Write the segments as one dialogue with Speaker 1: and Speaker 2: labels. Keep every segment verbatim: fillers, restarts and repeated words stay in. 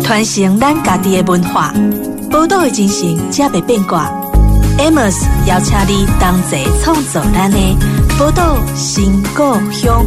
Speaker 1: 传承咱家己的文化，宝岛的精神才袂变卦。Amos 邀请你同齐创造咱的宝岛新故乡。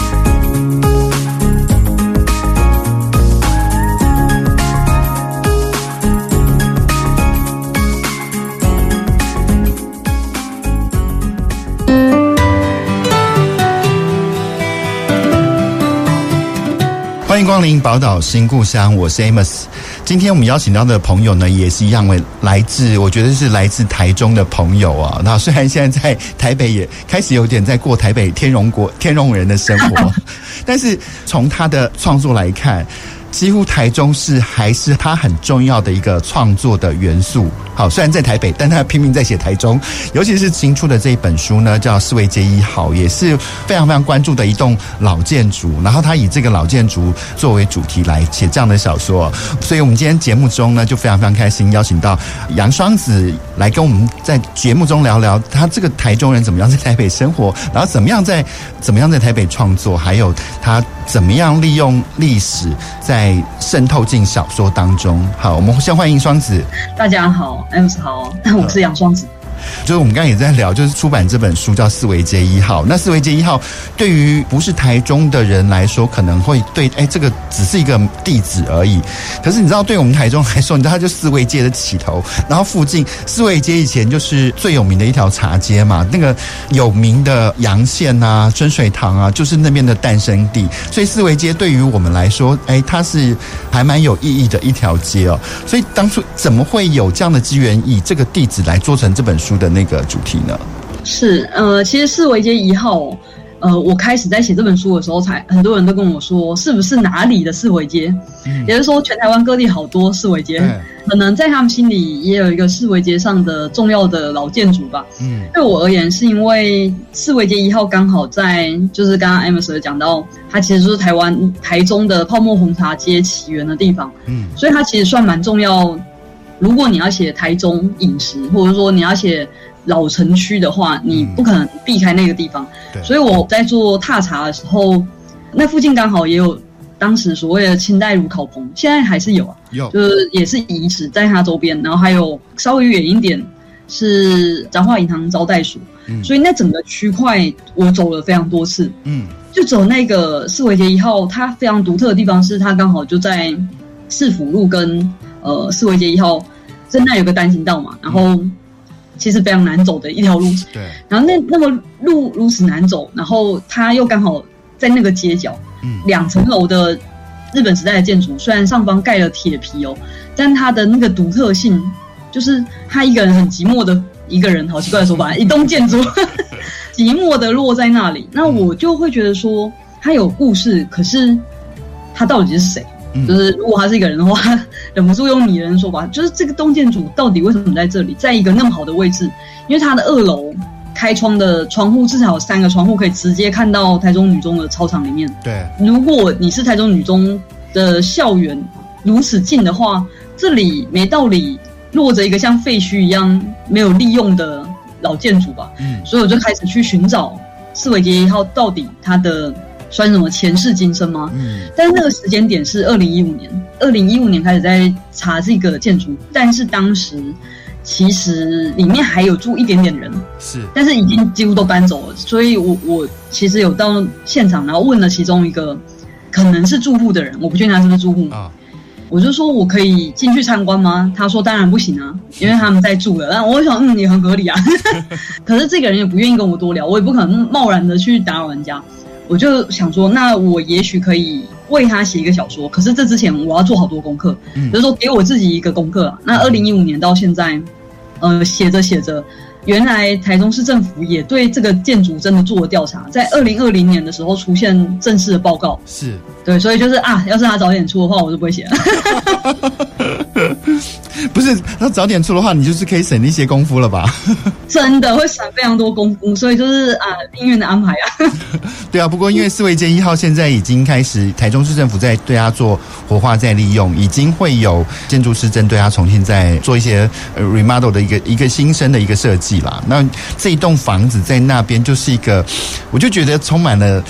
Speaker 2: 欢迎光临宝岛新故乡，我是 Amos。今天我们邀请到的朋友呢，也是一样，来自我觉得是来自台中的朋友啊。那虽然现在在台北也开始有点在过台北天龙国天龙人的生活，但是从他的创作来看，几乎台中市还是他很重要的一个创作的元素。好，虽然在台北，但他拼命在写台中，尤其是新出的这一本书呢，叫《四维街一号》，也是非常非常关注的一栋老建筑。然后他以这个老建筑作为主题来写这样的小说，所以我们今天节目中呢，就非常非常开心邀请到杨双子来跟我们在节目中聊聊他这个台中人怎么样在台北生活，然后怎么样在怎么样在台北创作，还有他怎么样利用历史在渗透进小说当中。好，我们先欢迎双子。
Speaker 3: 大家好，Amos 好，我是杨双子。
Speaker 2: 就是我们刚才也在聊，就是出版这本书叫《四维街一号》。那四维街一号对于不是台中的人来说，可能会对哎这个只是一个地址而已。可是你知道，对我们台中来说，你知道它就四维街的起头，然后附近四维街以前就是最有名的一条茶街嘛，那个有名的洋线啊、春水堂啊，就是那边的诞生地。所以四维街对于我们来说，哎，它是还蛮有意义的一条街哦。所以当初怎么会有这样的机缘，以这个地址来做成这本书的那个主题呢？
Speaker 3: 是呃，其实四维街一号，呃，我开始在写这本书的时候才，才很多人都跟我说，是不是哪里的四维街？嗯、也就是说，全台湾各地好多四维街，可能在他们心里也有一个四维街上的重要的老建筑吧。嗯，对我而言，是因为四维街一号刚好在，就是刚刚 Amos 有讲到，它其实就是台湾台中的泡沫红茶街起源的地方。嗯，所以它其实算蛮重要。如果你要写台中饮食，或者说你要写老城区的话，你不可能避开那个地方。嗯、所以我在做踏查的时候，那附近刚好也有当时所谓的清代炉烤棚，现在还是有啊，有就是也是遗址在它周边，然后还有稍微远一点是彰化银行招待所，嗯、所以那整个区块我走了非常多次。嗯，就走那个四维街一号，它非常独特的地方是它刚好就在市府路跟呃四维街一号，这那有个单行道嘛，然后其实非常难走的一条路。对。然后那那么路如此难走，然后它又刚好在那个街角，嗯，两层楼的日本时代的建筑，虽然上方盖了铁皮哦，但它的那个独特性，就是他一个人很寂寞的一个人，好奇怪的说法，一栋建筑寂寞的落在那里。那我就会觉得说，他有故事，可是他到底是谁？就是如果他是一个人的话，忍不住用拟人说法，就是这个栋建筑到底为什么在这里，在一个那么好的位置？因为它的二楼开窗的窗户至少有三个窗户，可以直接看到台中女中的操场里面。对，如果你是台中女中的校园如此近的话，这里没道理落着一个像废墟一样没有利用的老建筑吧。嗯，所以我就开始去寻找四维街一号到底它的算什么前世今生吗？嗯，但是那个时间点是二零一五年，二零一五年开始在查这个建筑，但是当时其实里面还有住一点点人，是，但是已经几乎都搬走了，所以我我其实有到现场，然后问了其中一个可能是住户的人，我不确定他是不是住户啊。我就说我可以进去参观吗？他说当然不行啊，因为他们在住了。然后我想，嗯，也很合理啊。可是这个人也不愿意跟我多聊，我也不可能贸然的去打扰人家。我就想说，那我也许可以为他写一个小说。可是这之前我要做好多功课，嗯、就是说给我自己一个功课啊。那二零一五年到现在，呃，写着写着，原来台中市政府也对这个建筑真的做了调查，在二零二零年的时候出现正式的报告。是，对，所以就是啊，要是他早点出的话，我就不会写了。
Speaker 2: 不是，他早点出的话，你就是可以省一些功夫了吧？
Speaker 3: 真的会省非常多功夫，所以就是啊，命运的安排啊。
Speaker 2: 对啊，不过因为四维街一号现在已经开始，台中市政府在对它做活化再利用，已经会有建筑师针对它重新再做一些 remodel 的一个一个新生的一个设计啦。那这一栋房子在那边就是一个，我就觉得充满了。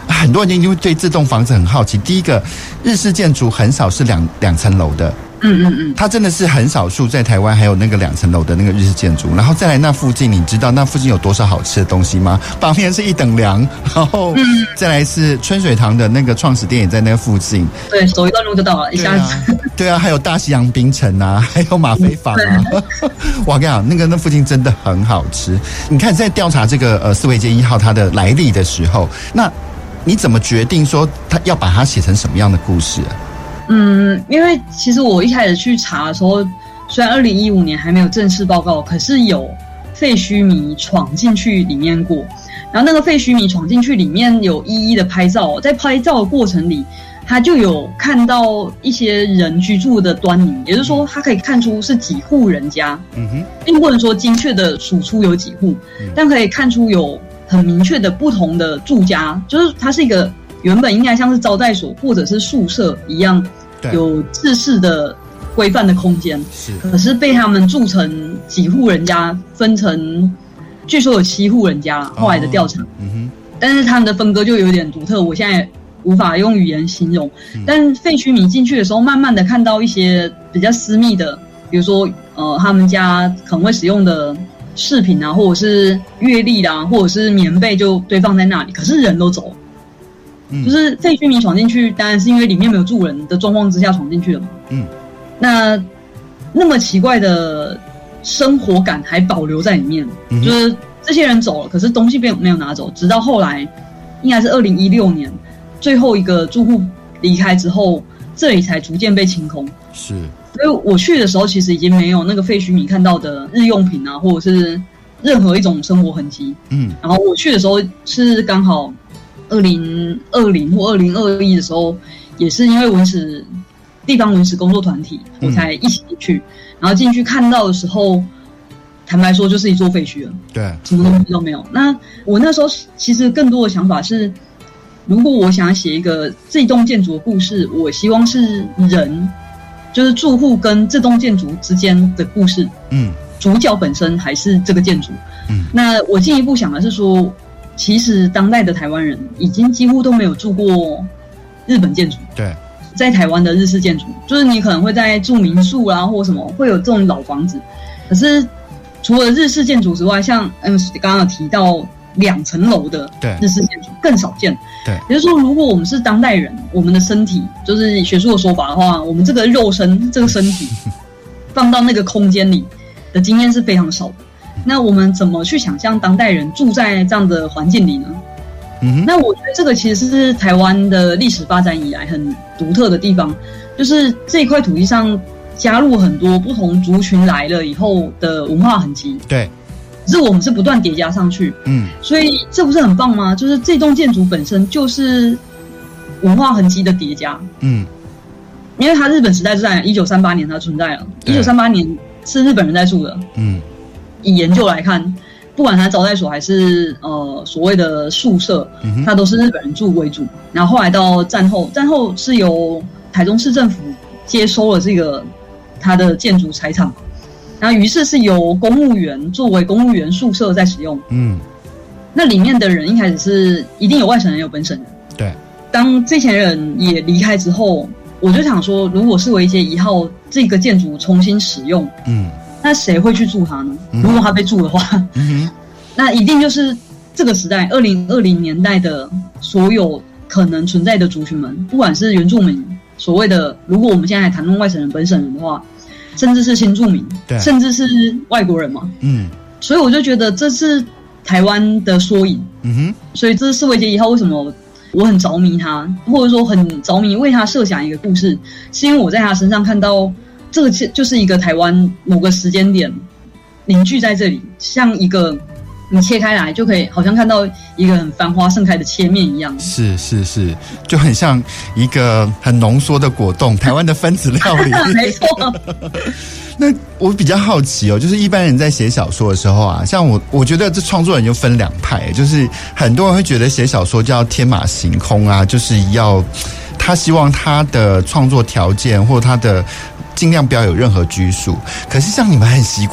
Speaker 2: 很多人一定会对这栋房子很好奇。第一个，日式建筑很少是两两层楼的。
Speaker 3: 嗯嗯嗯，
Speaker 2: 它真的是很少数，在台湾还有那个两层楼的那个日式建筑。然后再来那附近，你知道那附近有多少好吃的东西吗？旁边是一等凉，然后再来是春水堂的那个创始店也在那个附近。
Speaker 3: 对，走一段路就到了，一下子。
Speaker 2: 对啊，对啊，还有大西洋冰城啊，还有马飞坊啊。我跟你讲，那个那附近真的很好吃。你看，在调查这个呃四维街一号它的来历的时候，那你怎么决定说他要把它写成什么样的故事啊？
Speaker 3: 嗯，因为其实我一开始去查的时候，虽然二零一五年还没有正式报告，可是有废墟迷闯进去里面过。然后那个废墟迷闯进去里面有一一的拍照，在拍照的过程里，他就有看到一些人居住的端倪，也就是说，他可以看出是几户人家，嗯哼，并不能说精确的数出有几户，但可以看出有很明确的不同的住家，就是它是一个原本应该像是招待所或者是宿舍一样。有制式的规范的空间，是，可是被他们住成几户人家，分成据说有七户人家，后来的调查，哦嗯哼，但是他们的分割就有点独特，我现在无法用语言形容。嗯、但废墟迷进去的时候，慢慢的看到一些比较私密的，比如说呃，他们家可能会使用的饰品啊，或者是月历啦，或者是棉被就堆放在那里，可是人都走了。就是废墟迷闯进去，当然是因为里面没有住人的状况之下闯进去了嘛。嗯，那那么奇怪的生活感还保留在里面，嗯、就是这些人走了，可是东西没有没有拿走，直到后来应该是二零一六年最后一个住户离开之后，这里才逐渐被清空。是，所以我去的时候其实已经没有那个废墟迷看到的日用品啊，或者是任何一种生活痕迹。嗯，然后我去的时候是刚好。二零二零或二零二一的时候，也是因为文史地方文史工作团体，我才一起进去。嗯、然后进去看到的时候，坦白说就是一座废墟了，对，什么东西都没有。那我那时候其实更多的想法是，如果我想写一个这栋建筑的故事，我希望是人，就是住户跟这栋建筑之间的故事。嗯，主角本身还是这个建筑。嗯，那我进一步想的是说。其实当代的台湾人已经几乎都没有住过日本建筑。对，在台湾的日式建筑，就是你可能会在住民宿啦或什么，会有这种老房子。可是除了日式建筑之外，像嗯刚刚有提到两层楼的日式建筑更少见。对，也就是说，如果我们是当代人，我们的身体就是学术的说法的话，我们这个肉身这个身体放到那个空间里的经验是非常少的。那我们怎么去想象当代人住在这样的环境里呢？嗯，那我觉得这个其实是台湾的历史发展以来很独特的地方，就是这一块土地上加入很多不同族群来了以后的文化痕迹。对，可是我们是不断叠加上去。嗯，所以这不是很棒吗？就是这栋建筑本身就是文化痕迹的叠加。嗯，因为它日本时代就在一九三八年它存在了，一九三八年是日本人在住的。嗯。以研究来看，不管它招待所还是呃所谓的宿舍，嗯、它都是日本人住为主。然后后来到战后，战后是由台中市政府接收了这个它的建筑财产，然后于是是由公务员作为公务员宿舍在使用。嗯，那里面的人一开始是一定有外省人有本省人。对，当这些人也离开之后，我就想说，如果是维街一号这个建筑重新使用，嗯。那谁会去住它呢？如果它被住的话，嗯、那一定就是这个时代二零二零年代的所有可能存在的族群们，不管是原住民，所谓的如果我们现在来谈论外省人、本省人的话，甚至是新住民，甚至是外国人嘛。嗯，所以我就觉得这是台湾的缩影。嗯哼，所以这是四维街一号为什么我很着迷它，或者说很着迷为它设想一个故事，是因为我在他身上看到。这个就是一个台湾某个时间点凝聚在这里，像一个你切开来就可以好像看到一个很繁花盛开的切面一样。是是是，就很像一个很浓缩的果冻，台湾的分子料理。没错。那我比较好奇哦，就是一般人在写小说的时候啊，像我，我觉得这创作人就分两派，就是很多人会觉得写小说就要天马行空啊，就是要他希望他的创作条件或他的尽量不要有任何拘束。可是像你们很习惯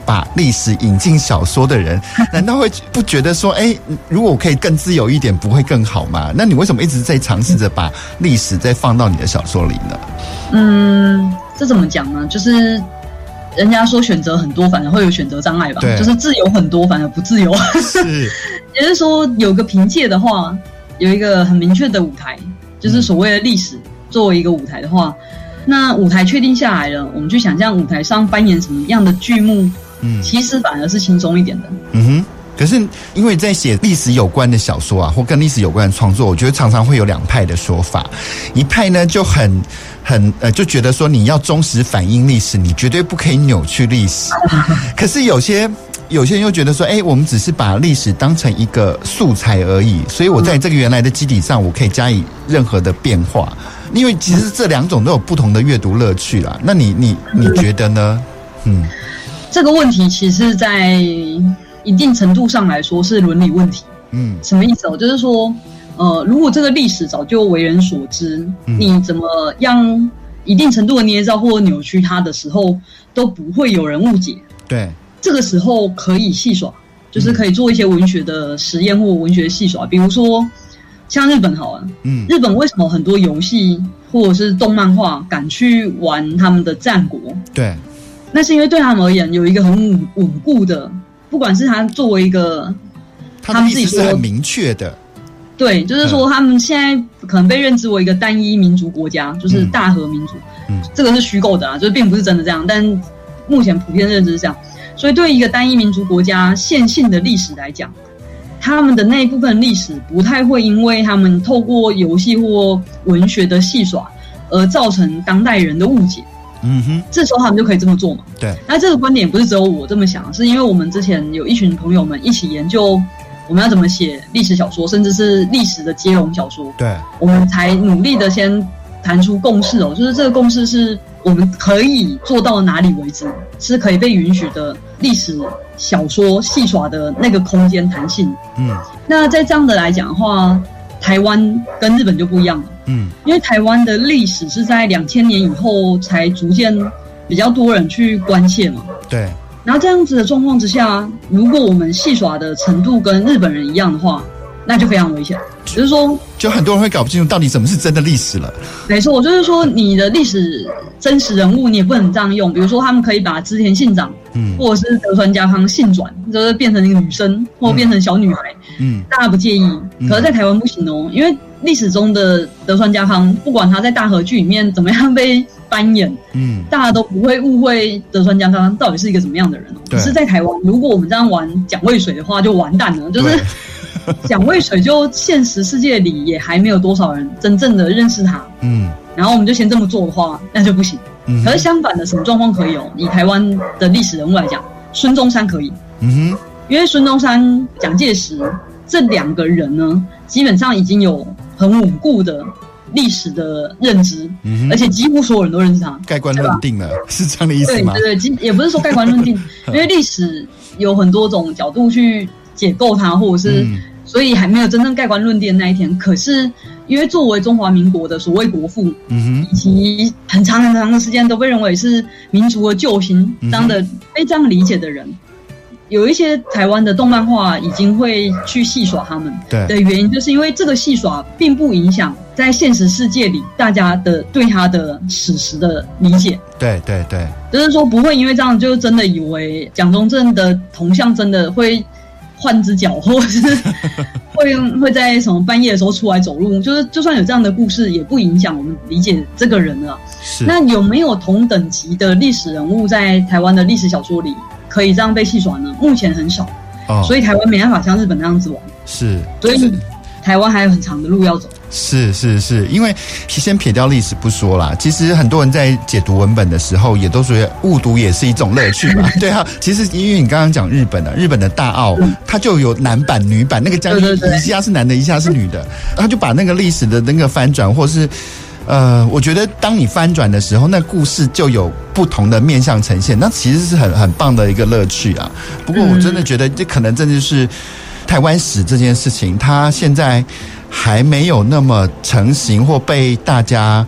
Speaker 2: 把历史引进小说的人，难道会不觉得说，哎，如果我可以更自由一点，不会更好吗？那你为什么一直在尝试着把历史再放到你的小说里呢？
Speaker 3: 嗯，这怎么讲呢？就是人家说选择很多，反而会有选择障碍吧？就是自由很多，反而不自由。
Speaker 2: 是，
Speaker 3: 也就是说，有个凭借的话，有一个很明确的舞台，就是所谓的历史作为一个舞台的话，那舞台确定下来了，我们去想象舞台上扮演什么样的剧目，嗯，其实反而是轻松一点的。嗯哼。
Speaker 2: 可是因为在写历史有关的小说啊，或跟历史有关的创作，我觉得常常会有两派的说法。一派呢就很很呃，就觉得说你要忠实反映历史，你绝对不可以扭曲历史。可是有些有些人又觉得说，哎，我们只是把历史当成一个素材而已，所以我在这个原来的基底上，我可以加以任何的变化。因为其实这两种都有不同的阅读乐趣啦。那你你你觉得呢？嗯，
Speaker 3: 这个问题其实在一定程度上来说是伦理问题。嗯，什么意思哦？就是说，呃，如果这个历史早就为人所知，嗯、你怎么样一定程度的捏造或扭曲它的时候，都不会有人误解。
Speaker 2: 对，
Speaker 3: 这个时候可以戏耍，就是可以做一些文学的实验或文学戏耍，比如说像日本好了，嗯，日本为什么很多游戏或者是动漫画敢去玩他们的战国？
Speaker 2: 对，
Speaker 3: 那是因为对他们而言有一个很稳固的。不管是他作为一个，
Speaker 2: 他们自己是很明确的，
Speaker 3: 对，就是说他们现在可能被认知为一个单一民族国家，就是大和民族，嗯，这个是虚构的啊，就是并不是真的这样，但目前普遍认知是这样。所以对一个单一民族国家线性的历史来讲，他们的那一部分历史不太会因为他们透过游戏或文学的戏耍而造成当代人的误解。嗯哼，这时候他们就可以这么做嘛？
Speaker 2: 对。
Speaker 3: 那这个观点不是只有我这么想，是因为我们之前有一群朋友们一起研究我们要怎么写历史小说，甚至是历史的接龙小说。
Speaker 2: 对。
Speaker 3: 我们才努力的先谈出共识哦，就是这个共识是我们可以做到哪里为止，是可以被允许的历史小说戏耍的那个空间弹性。嗯。那在这样的来讲的话，台湾跟日本就不一样了。嗯，因为台湾的历史是在两千年以后才逐渐比较多人去关切嘛。
Speaker 2: 对。
Speaker 3: 然后这样子的状况之下，如果我们戏耍的程度跟日本人一样的话，那就非常危险。只是说，
Speaker 2: 就很多人会搞不清楚到底什么是真的历史了。
Speaker 3: 没错，就是说你的历史真实人物你也不能这样用。比如说，他们可以把织田信长，嗯，或者是德川家康性转，就是变成一个女生，或者变成小女孩，嗯，大家不介意。嗯、可是，在台湾不行哦，因为历史中的德川家康，不管他在大河剧里面怎么样被扮演，嗯，大家都不会误会德川家康到底是一个什么样的人哦。可是，在台湾，如果我们这样玩蒋渭水的话，就完蛋了，就是。蒋渭水就现实世界里也还没有多少人真正的认识他，嗯，然后我们就先这么做的话，那就不行。嗯，可是相反的，什么状况可以哦？以台湾的历史人物来讲，孙中山可以，嗯哼，因为孙中山、蒋介石这两个人呢，基本上已经有很稳固的历史的认知，嗯，而且几乎所有人都认识他，
Speaker 2: 盖棺论定了，是这样的意思吗？
Speaker 3: 对对对，也不是说盖棺论定，因为历史有很多种角度去解构它，或者是。嗯，所以还没有真正盖棺论定的那一天。可是，因为作为中华民国的所谓国父，嗯哼，以及很长很长的时间都被认为是民族的救星，这样的被这样理解的人，有一些台湾的动漫画已经会去戏耍他们。对的原因，就是因为这个戏耍并不影响在现实世界里大家的对他的史实的理解。
Speaker 2: 对对对，
Speaker 3: 就是说不会因为这样就真的以为蒋中正的铜像真的会。换只脚，或者是会会在什么半夜的时候出来走路，就是就算有这样的故事，也不影响我们理解这个人了。是。那有没有同等级的历史人物在台湾的历史小说里可以这样被戏耍呢？目前很少，哦，所以台湾没办法像日本那样子玩。是，所以台湾还有很长的路要走。
Speaker 2: 是是是，因为先撇掉历史不说啦，其实很多人在解读文本的时候，也都觉得误读也是一种乐趣嘛。对啊，其实因为你刚刚讲日本啊，日本的大奥，嗯，它就有男版、女版，那个将军一下是男的，一下是女的，他就把那个历史的那个翻转，或是呃，我觉得当你翻转的时候，那故事就有不同的面向呈现，那其实是很很棒的一个乐趣啊。不过我真的觉得，这可能真的是台湾史这件事情，它现在还没有那么成型或被大家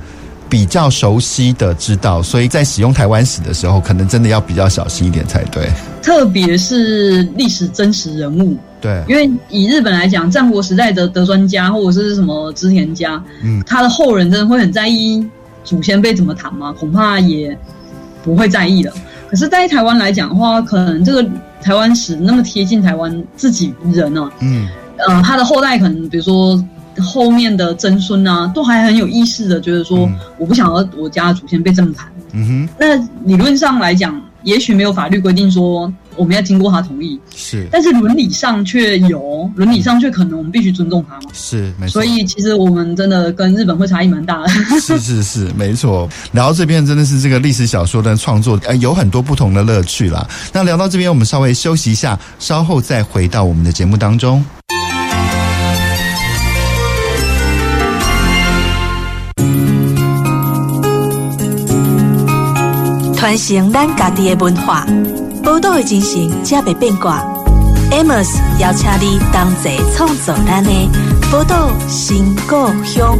Speaker 2: 比较熟悉的知道，所以在使用台湾史的时候，可能真的要比较小心一点才对。
Speaker 3: 特别是历史真实人物，
Speaker 2: 对，
Speaker 3: 因为以日本来讲，战国时代的德川家或者是什么织田家，嗯，他的后人真的会很在意祖先辈怎么谈吗？恐怕也不会在意了。可是，在台湾来讲的话，可能这个台湾史那么贴近台湾自己人啊，嗯，呃，他的后代可能比如说后面的曾孙啊，都还很有意识的觉得说，嗯、我不想要我家的祖先被这么谈。嗯哼，那理论上来讲，也许没有法律规定说我们要经过他同意，
Speaker 2: 是，
Speaker 3: 但是伦理上却有，伦理上却可能我们必须尊重他嘛。
Speaker 2: 是，没错。
Speaker 3: 所以其实我们真的跟日本会差异蛮大的。
Speaker 2: 是是是，没错。聊到这边真的是这个历史小说的创作，呃，有很多不同的乐趣啦。那聊到这边，我们稍微休息一下，稍后再回到我们的节目当中。
Speaker 1: 传承咱家己的文化，宝岛的精神才袂变卦。Amos 邀请你同齐创作咱的宝岛新故乡。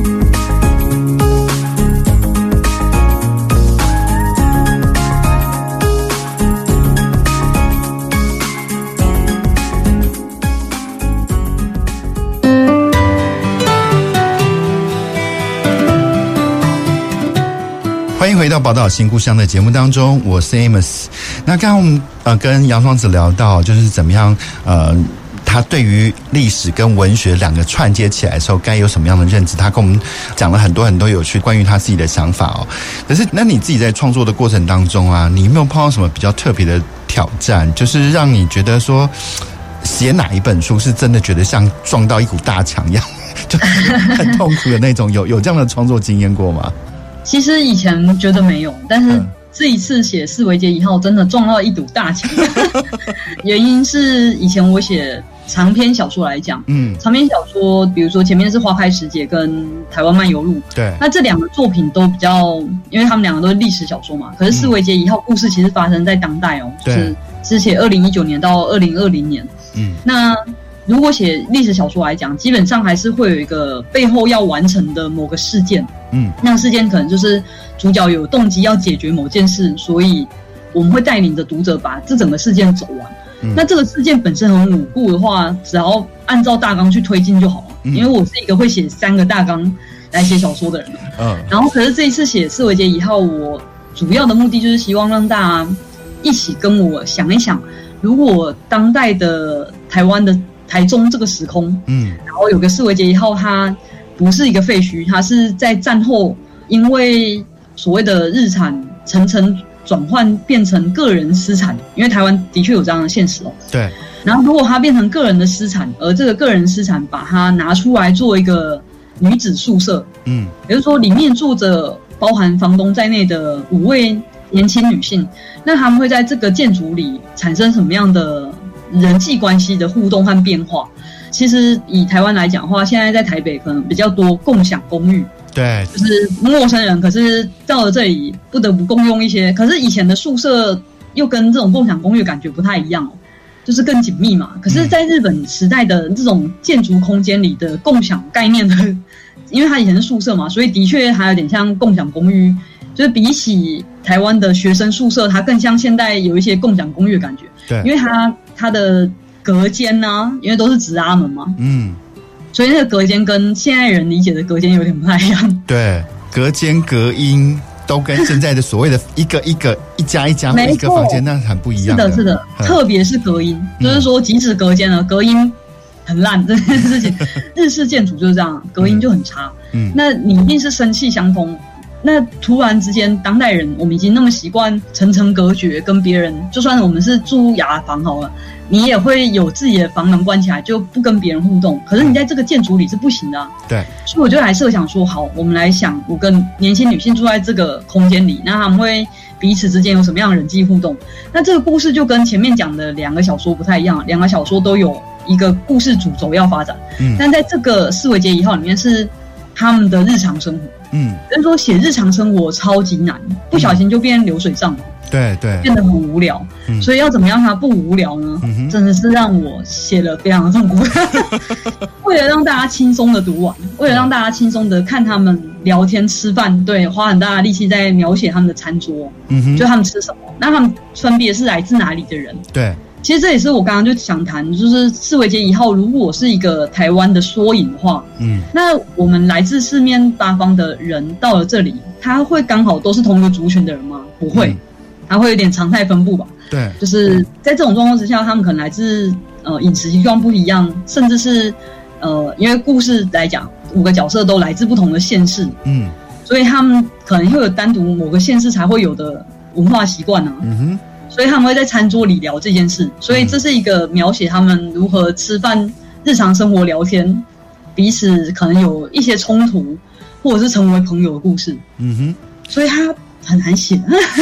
Speaker 2: 欢迎回到宝岛新故乡的节目当中，我是 Amos。那刚刚我们呃跟杨双子聊到，就是怎么样呃，他对于历史跟文学两个串接起来的时候，该有什么样的认知？他跟我们讲了很多很多有趣关于他自己的想法哦。可是，那你自己在创作的过程当中啊，你有没有碰到什么比较特别的挑战？就是让你觉得说，写哪一本书是真的觉得像撞到一股大墙一样，就很痛苦的那种？有有这样的创作经验过吗？
Speaker 3: 其实以前觉得没有，但是这一次写四维街一号真的撞到一堵大墙。原因是以前我写长篇小说来讲，嗯，长篇小说比如说前面是花开时节跟台湾漫游录，
Speaker 2: 对，
Speaker 3: 那这两个作品都比较，因为他们两个都是历史小说嘛。可是四维街一号故事其实发生在当代哦，就是只写二零一九年到二零二零年，嗯，那如果写历史小说来讲，基本上还是会有一个背后要完成的某个事件，嗯，那个事件可能就是主角有动机要解决某件事，所以我们会带领着读者把这整个事件走完。嗯、那这个事件本身很稳固的话，只要按照大纲去推进就好了。嗯、因为我是一个会写三个大纲来写小说的人，嗯，然后可是这一次写四维街一号，我主要的目的就是希望让大家一起跟我想一想，如果当代的台湾的台中这个时空，嗯，然后有个四维街一号，它不是一个废墟，它是在战后因为所谓的日产层层转换变成个人私产，因为台湾的确有这样的现实哦。
Speaker 2: 对。
Speaker 3: 然后如果它变成个人的私产，而这个个人私产把它拿出来做一个女子宿舍，嗯，也就是说里面住着包含房东在内的五位年轻女性，那他们会在这个建筑里产生什么样的人际关系的互动和变化？其实以台湾来讲的话，现在在台北可能比较多共享公寓，
Speaker 2: 对，
Speaker 3: 就是陌生人，可是到了这里不得不共用一些。可是以前的宿舍又跟这种共享公寓感觉不太一样哦，就是更紧密嘛。可是在日本时代的这种建筑空间里的共享概念的，因为它以前是宿舍嘛，所以的确还有点像共享公寓，就是比起台湾的学生宿舍，它更像现代有一些共享公寓的感觉。
Speaker 2: 对，
Speaker 3: 因为它它的隔间啊，因为都是直拉门嘛，嗯，所以那个隔间跟现在人理解的隔间有点不太一样。
Speaker 2: 对，隔间隔音都跟现在的所谓的一个一个一家一家或一个房间那很不一样的。
Speaker 3: 是的，是的，特别是隔音，就是说即使隔间呢，隔音很烂这件事情，日式建筑就是这样，隔音就很差。嗯，那你一定是生气相通。那突然之间，当代人我们已经那么习惯层层隔绝，跟别人，就算我们是住雅房好了，你也会有自己的房门关起来，就不跟别人互动。可是你在这个建筑里是不行的、啊，
Speaker 2: 对。
Speaker 3: 所以我就来设想说，好，我们来想，我跟年轻女性住在这个空间里，那他们会彼此之间有什么样的人际互动？那这个故事就跟前面讲的两个小说不太一样，两个小说都有一个故事主轴要发展，嗯，但在这个四维街一号里面是他们的日常生活。嗯，就是说写日常生活超级难，不小心就变流水账了。
Speaker 2: 对对，
Speaker 3: 变得很无聊。嗯、所以要怎么样它不无聊呢？嗯、真的是让我写了非常的痛苦。为了让大家轻松的读完，为了让大家轻松的看他们聊天吃饭，对，花很大的力气在描写他们的餐桌，嗯哼，就他们吃什么，那他们分别是来自哪里的人？对。其实这也是我刚刚就想谈，就是四维街一号如果是一个台湾的缩影的话，嗯，那我们来自四面八方的人到了这里，他会刚好都是同一个族群的人吗？不会，嗯、他会有点常态分布吧。对，就是在这种状况之下，他们可能来自呃饮食习惯不一样，甚至是呃，因为故事来讲，五个角色都来自不同的县市，嗯，所以他们可能会有单独某个县市才会有的文化习惯呢。嗯哼。所以他们会在餐桌里聊这件事，所以这是一个描写他们如何吃饭、日常生活聊天，彼此可能有一些冲突，或者是成为朋友的故事。嗯哼，所以他很难写。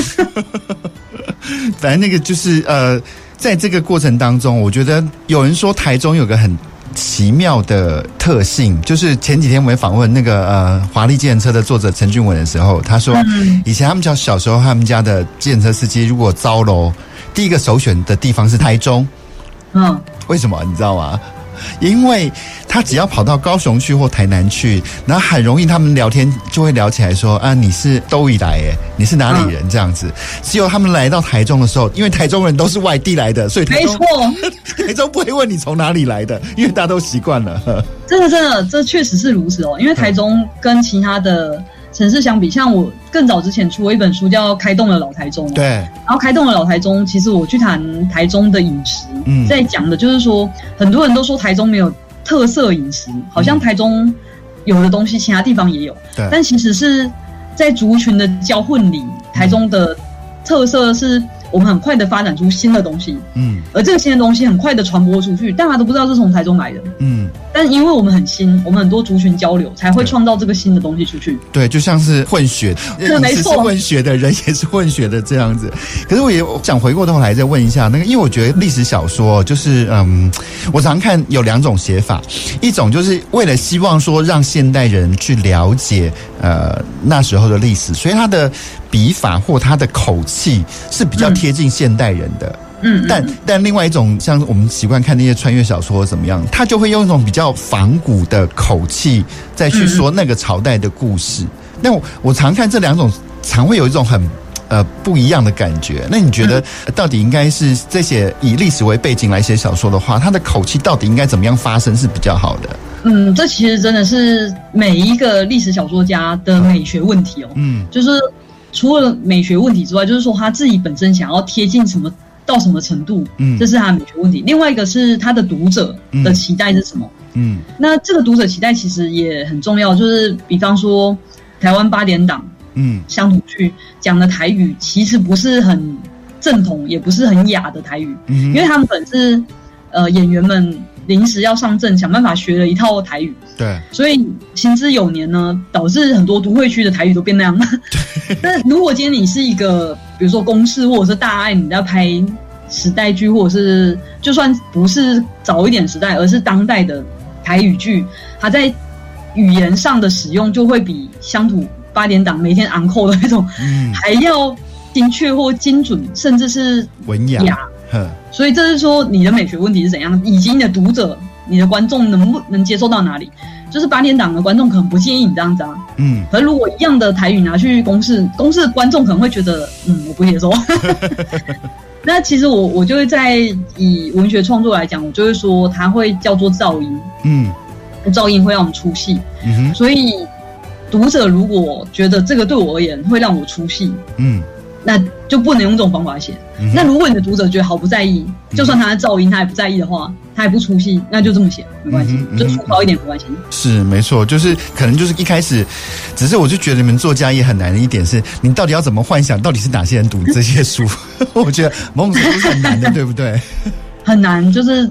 Speaker 2: 反正那个就是呃，在这个过程当中，我觉得有人说台中有个很奇妙的特性，就是前几天我们访问那个呃华丽计程车的作者陈俊文的时候，他说以前他们家小时候他们家的计程车司机如果招楼，第一个首选的地方是台中。嗯，为什么你知道吗？因为他只要跑到高雄去或台南去，然后很容易他们聊天就会聊起来说啊，你是都以来耶，你是哪里人这样子。只有他们来到台中的时候，因为台中人都是外地来的，所以台中没错，台中不会问你从哪里来的，因为大家都习惯了。
Speaker 3: 真的真的，这确实是如此哦。因为台中跟其他的城市相比，像我更早之前出过一本书叫《开动了老台中》，对，然后《开动了老台中》，其实我去谈台中的饮食，嗯，在讲的就是说，很多人都说台中没有特色饮食，好像台中有的东西其他地方也有，对，但其实是在族群的交混里，台中的特色是我们很快的发展出新的东西，嗯，而这个新的东西很快的传播出去，大家都不知道是从台中来的，嗯，但因为我们很新，我们很多族群交流，才会创造这个新的东西出去。对，就像是混血，
Speaker 2: 对，没错，是混血的人也是混血的这样子。可是我也想回过头来再问一下那个，因为我觉得历史小说就是嗯，我常看有两种写法，一种就是为了希望说让现代人去了解呃那时候的历史，所以他的笔法或他的口气是比较贴近现代人的。嗯，但但另外一种像我们习惯看那些穿越小说怎么样，他就会用一种比较仿古的口气再去说那个朝代的故事。那、嗯、我, 我常看这两种，常会有一种很呃不一样的感觉。那你觉得到底应该是这些以历史为背景来写小说的话，他的口气到底应该怎么样发声是比较好的？
Speaker 3: 嗯，这其实真的是每一个历史小说家的美学问题哦。嗯，就是除了美学问题之外，就是说他自己本身想要贴近什么。到什么程度？嗯，这是他的美学问题。另外一个是他的读者的期待是什么？嗯，那这个读者期待其实也很重要，就是比方说台湾八点档，嗯，乡土剧讲的台语其实不是很正统，也不是很雅的台语，嗯，因为他们本是呃演员们临时要上阵，想办法学了一套台语，对，所以行之有年呢，导致很多都会区的台语都变那样。但如果今天你是一个，比如说公视或者是大爱，你在拍时代剧，或者是就算不是早一点时代，而是当代的台语剧，它在语言上的使用就会比乡土八点档每天昂扣的那种，嗯，还要精确或精准，甚至是
Speaker 2: 文雅。
Speaker 3: 所以这是说你的美学问题是怎样，以及你的读者、你的观众能不能接受到哪里？就是八点档的观众可能不建议你这样子啊，嗯。可是如果一样的台语拿去公视，公视的观众可能会觉得，嗯，我不接受。那其实我我就会在以文学创作来讲，我就会说它会叫做噪音，嗯，噪音会让我们出戏，嗯哼。所以读者如果觉得这个对我而言会让我出戏，嗯。那就不能用这种方法写。嗯、那如果你的读者觉得毫不在意，嗯、就算他的噪音他也不在意的话，他也不出戏，那就这么写没关系，嗯、就粗糙一点没关系。
Speaker 2: 是没错，就是可能就是一开始，只是我就觉得你们作家也很难的一点是，你到底要怎么幻想，到底是哪些人读这些书？我觉得某种程度是很难的，对不对？
Speaker 3: 很难，就是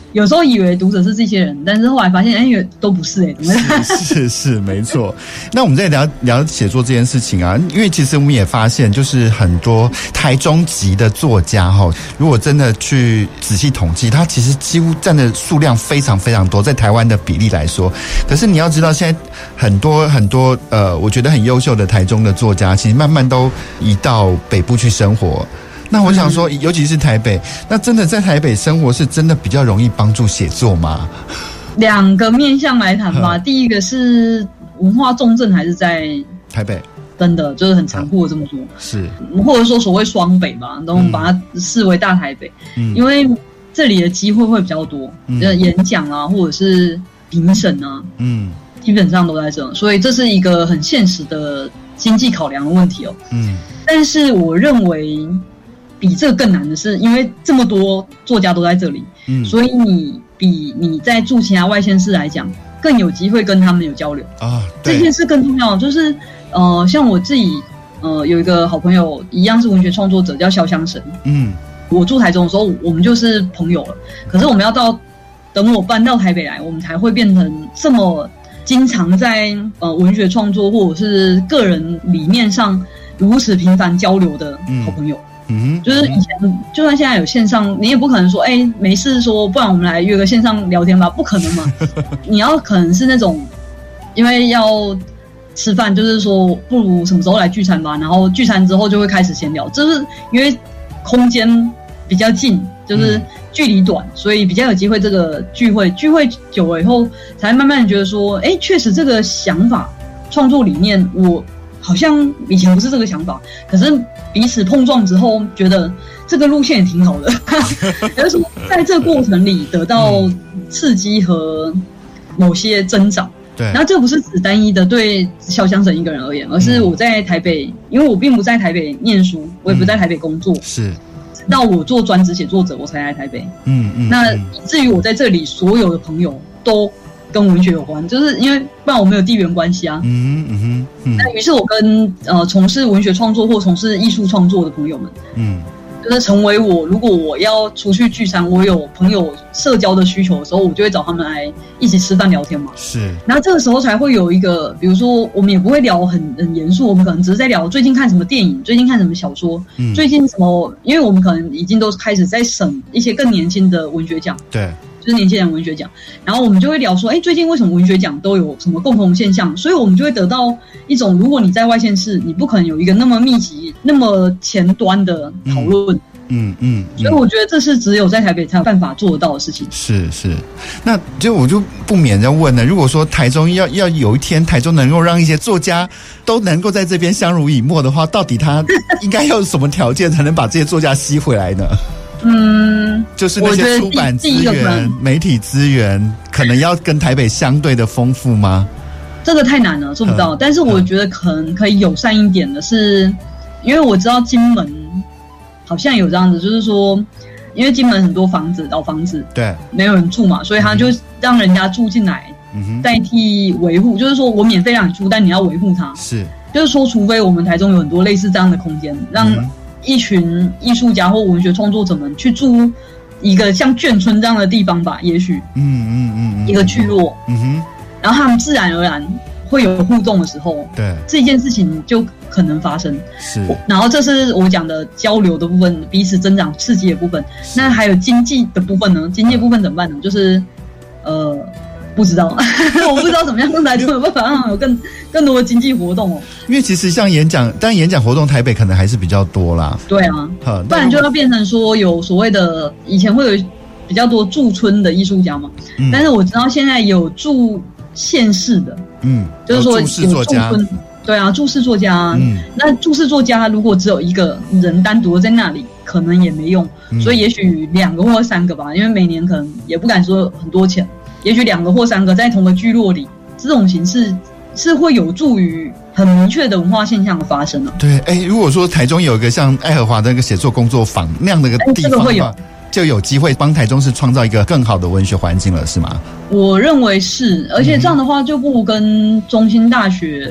Speaker 3: 有时候以为读者是这些人，但是后来发现，哎，都不是哎、
Speaker 2: 欸，是是是，没错。那我们再聊聊写作这件事情啊，因为其实我们也发现，就是很多台中籍的作家哈，如果真的去仔细统计，他其实几乎占的数量非常非常多，在台湾的比例来说。可是你要知道，现在很多很多呃，我觉得很优秀的台中的作家，其实慢慢都移到北部去生活。那我想说，尤其是台北，那真的在台北生活是真的比较容易帮助写作吗？
Speaker 3: 两个面向来谈吧，第一个是文化重镇还是在
Speaker 2: 台北，真
Speaker 3: 的就是很残酷的这么说，
Speaker 2: 是
Speaker 3: 或者说所谓双北吧，都把它视为大台北，嗯，因为这里的机会会比较多，嗯，演讲啊，或者是评审啊，嗯，基本上都在这，所以这是一个很现实的经济考量的问题哦，嗯，但是我认为。比这个更难的是，因为这么多作家都在这里，嗯，所以你比你在住其他外县市来讲，更有机会跟他们有交流啊。这件事更重要，就是呃，像我自己呃有一个好朋友，一样是文学创作者，叫潇湘神，嗯，我住台中的时候，我们就是朋友了。可是我们要到等我搬到台北来，我们才会变成这么经常在呃文学创作或者是个人理念上如此频繁交流的好朋友。嗯嗯，就是以前就算现在有线上，你也不可能说，哎、欸，没事说，不然我们来约个线上聊天吧，不可能嘛。你要可能是那种，因为要吃饭，就是说，不如什么时候来聚餐吧。然后聚餐之后就会开始闲聊，就是因为空间比较近，就是距离短，所以比较有机会这个聚会。聚会久了以后，才慢慢的觉得说，哎、欸，确实这个想法、创作理念，我好像以前不是这个想法，可是。彼此碰撞之后，觉得这个路线也挺好的，也就是说，在这个过程里得到刺激和某些增长。对，然后这不是只单一的对潇湘神一个人而言，而是我在台北，嗯、因为我并不在台北念书，我也不在台北工作，嗯、是直到我做专职写作者，我才来台北。嗯嗯，那以至于我在这里所有的朋友都。跟文学有关，就是因为不然我没有地缘关系啊。嗯嗯哼。嗯那于是我跟呃从事文学创作或从事艺术创作的朋友们，嗯，就是成为我如果我要出去聚餐，我有朋友社交的需求的时候，我就会找他们来一起吃饭聊天嘛。是。然后这个时候才会有一个，比如说我们也不会聊很很严肃，我们可能只是在聊最近看什么电影，最近看什么小说，嗯，最近什么，因为我们可能已经都开始在审一些更年轻的文学奖。对。就是年轻人文学奖，然后我们就会聊说，哎，最近为什么文学奖都有什么共同现象？所以我们就会得到一种，如果你在外县市，你不可能有一个那么密集、那么前端的讨论。嗯嗯, 嗯。所以我觉得这是只有在台北才有办法做得到的事情。是是，那就我就不免要问了，如果说台中要要有一天台中能够让一些作家都能够在这边相濡以沫的话，到底他应该要有什么条件才能把这些作家吸回来呢？嗯，就是那些出版资源、媒体资源，可能要跟台北相对的丰富吗？这个太难了，做不到。嗯、但是我觉得可能可以友善一点的是，因为我知道金门好像有这样子，就是说，因为金门很多房子老房子，对，没有人住嘛，所以他就让人家住进来，嗯、代替维护，就是说我免费让你住，但你要维护它。是，就是说，除非我们台中有很多类似这样的空间，让。嗯一群艺术家或文学创作者们去住一个像眷村这样的地方吧，也许，嗯嗯嗯，一个聚落，嗯哼，然后他们自然而然会有互动的时候，对，这件事情就可能发生。是，然后这是我讲的交流的部分，彼此增长刺激的部分。那还有经济的部分呢？经济部分怎么办呢？就是呃。不知道，我不知道怎么样来做有办法让有更更多的经济活动哦。因为其实像演讲，但演讲活动台北可能还是比较多啦。对啊，不然就要变成说有所谓的以前会有比较多驻村的艺术家嘛。嗯、但是我知道现在有驻县市的，嗯，就是说有驻村作家。对啊，驻市作家，嗯，那驻市作家如果只有一个人单独的在那里，可能也没用，嗯、所以也许两个或三个吧，因为每年可能也不敢说很多钱。也许两个或三个在同个聚落里，这种形式是会有助于很明确的文化现象的发生的、啊。对，哎，如果说台中有一个像爱荷华的那个写作工作坊那样的一个地方的话，这个会有就有机会帮台中市创造一个更好的文学环境了，是吗？我认为是，而且这样的话就不如跟中兴大学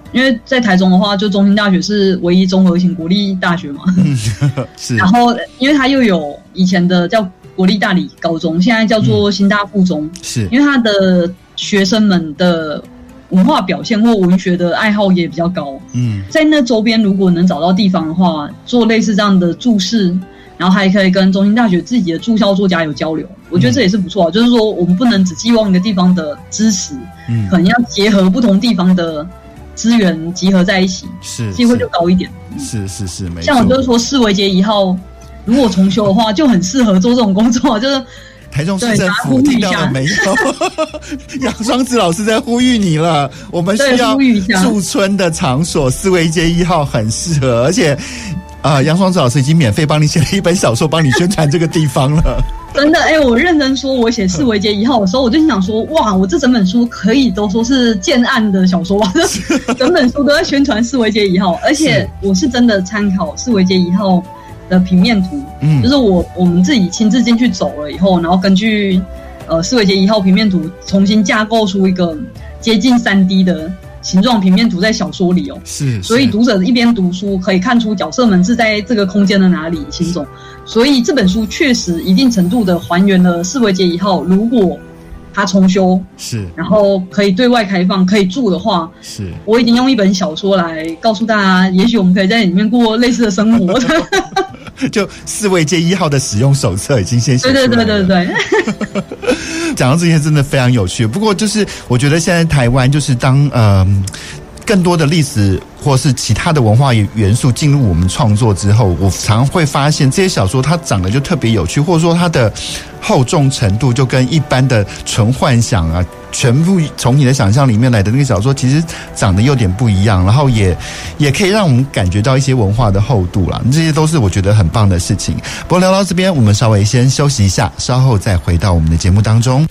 Speaker 3: 因为在台中的话，就中兴大学是唯一综合型国立大学嘛，嗯、
Speaker 2: 是。
Speaker 3: 然后因为它又有以前的叫国立大理高中，现在叫做新大附中，嗯、
Speaker 2: 是
Speaker 3: 因为它的学生们的文化表现或文学的爱好也比较高。嗯，在那周边如果能找到地方的话，做类似这样的注释，然后还可以跟中兴大学自己的驻校作家有交流，我觉得这也是不错啊。嗯、就是说，我们不能只寄望一个地方的支持，嗯，可能要结合不同地方的资源集合在一起，
Speaker 2: 是
Speaker 3: 机会就高一点。
Speaker 2: 是是是，没错。
Speaker 3: 像我就是说，世维街一号如果重修的话，就很适合做这种工作，就是。
Speaker 2: 台中市政府听到了没有？杨双子老师在呼吁你了，我们需要驻村的场所，四维街一号很适合，而且啊、呃，杨双子老师已经免费帮你写了一本小说，帮你宣传这个地方了。
Speaker 3: 真的，哎、欸，我认真说，我写四维街一号的时候，我就想说，哇，我这整本书可以都说是建案的小说吧，整本书都在宣传四维街一号，而且我是真的参考四维街一号的平面图，嗯，就是我我们自己亲自进去走了以后，然后根据呃四维街一号平面图重新架构出一个接近 三 D 的形状平面图在小说里哦，
Speaker 2: 是，
Speaker 3: 所以读者一边读书可以看出角色们是在这个空间的哪里行走，所以这本书确实一定程度的还原了四维街一号，如果它重修
Speaker 2: 是，
Speaker 3: 然后可以对外开放可以住的话，
Speaker 2: 是，
Speaker 3: 我已经用一本小说来告诉大家，也许我们可以在里面过类似的生活。
Speaker 2: 就四维街一号的使用手册已经先写出来了。
Speaker 3: 对对对对对。
Speaker 2: 讲到这些真的非常有趣。不过就是我觉得现在台湾就是当呃更多的历史或是其他的文化元素进入我们创作之后，我常会发现这些小说它长得就特别有趣，或者说它的厚重程度就跟一般的纯幻想啊，全部从你的想象里面来的那个小说其实长得有点不一样，然后也也可以让我们感觉到一些文化的厚度啦，这些都是我觉得很棒的事情。不过聊到这边我们稍微先休息一下，稍后再回到我们的节目当中。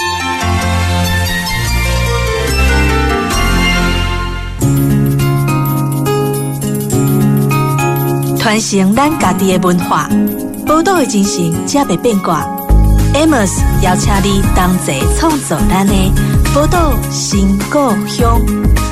Speaker 1: 传承咱家己的文化，报道的精神才袂变卦。Amos 邀请你同齐创作咱的报道新故乡。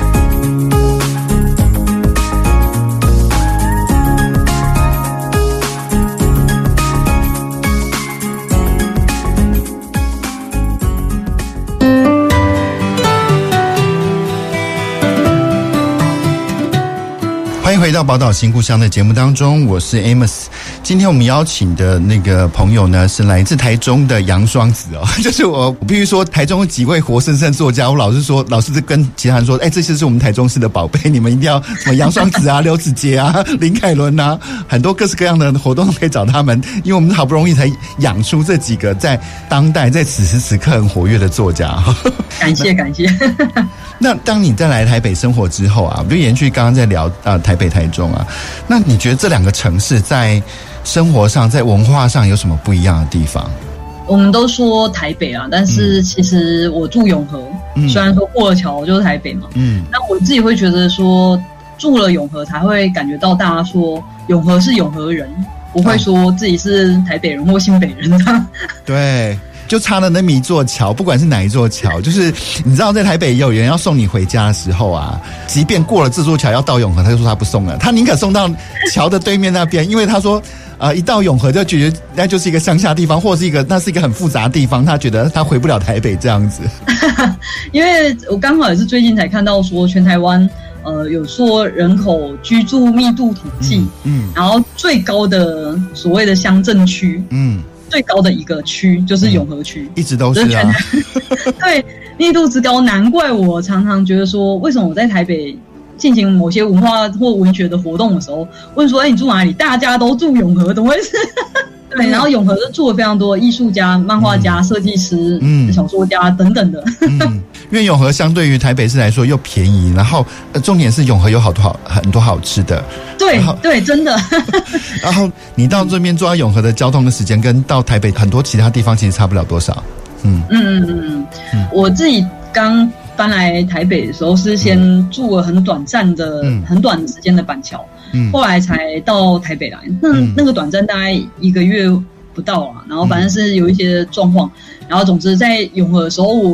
Speaker 2: 欢迎回到宝岛新故乡的节目当中，我是 Amos。今天我们邀请的那个朋友呢，是来自台中的杨双子哦。就是我，我必须说，台中有几位活生生作家，我老是说，老是跟其他人说，哎，这些是我们台中市的宝贝，你们一定要什么杨双子啊、刘子杰啊、林凯伦啊，很多各式各样的活动都可以找他们，因为我们好不容易才养出这几个在当代在此时此刻很活跃的作家。
Speaker 3: 感谢感谢。
Speaker 2: 那当你再来台北生活之后啊，我就延续刚刚在聊啊台北、台中啊，那你觉得这两个城市在生活上、在文化上有什么不一样的地方？
Speaker 3: 我们都说台北啊，但是其实我住永和，嗯、虽然说过了桥就是台北嘛，嗯，那我自己会觉得说住了永和才会感觉到大家说永和是永和人，不会说自己是台北人或新北人的。
Speaker 2: 对。就差了那么一座桥，不管是哪一座桥，就是你知道在台北也有人要送你回家的时候啊，即便过了这座桥要到永和，他就说他不送了，他宁可送到桥的对面那边，因为他说呃，一到永和就觉得那就是一个乡下地方，或者是一个那是一个很复杂的地方，他觉得他回不了台北这样子。
Speaker 3: 因为我刚好也是最近才看到说全台湾呃有做人口居住密度统计，嗯，嗯然后最高的所谓的乡镇区，嗯。最高的一个区就是永和区、嗯，一
Speaker 2: 直都是啊。
Speaker 3: 对，密度之高，难怪我常常觉得说，为什么我在台北进行某些文化或文学的活动的时候，问说，哎、欸，你住哪里？大家都住永和，怎么回事？对，然后永和就住了非常多艺术家、漫画家、设计师、嗯、小说家等等的。
Speaker 2: 嗯，因为永和相对于台北市来说又便宜，然后、呃、重点是永和有好多好很多好吃的。
Speaker 3: 对对，真的。
Speaker 2: 然后你到这边坐在永和的交通的时间，跟到台北很多其他地方其实差不了多少。嗯嗯嗯嗯，我自己刚搬来台北的时候，是先住了很短暂的、嗯、很短的时间的板桥。嗯，后来才到台北来，那、嗯、那个短暂大概一个月不到啊，然后反正是有一些状况，然后总之在永和的时候，我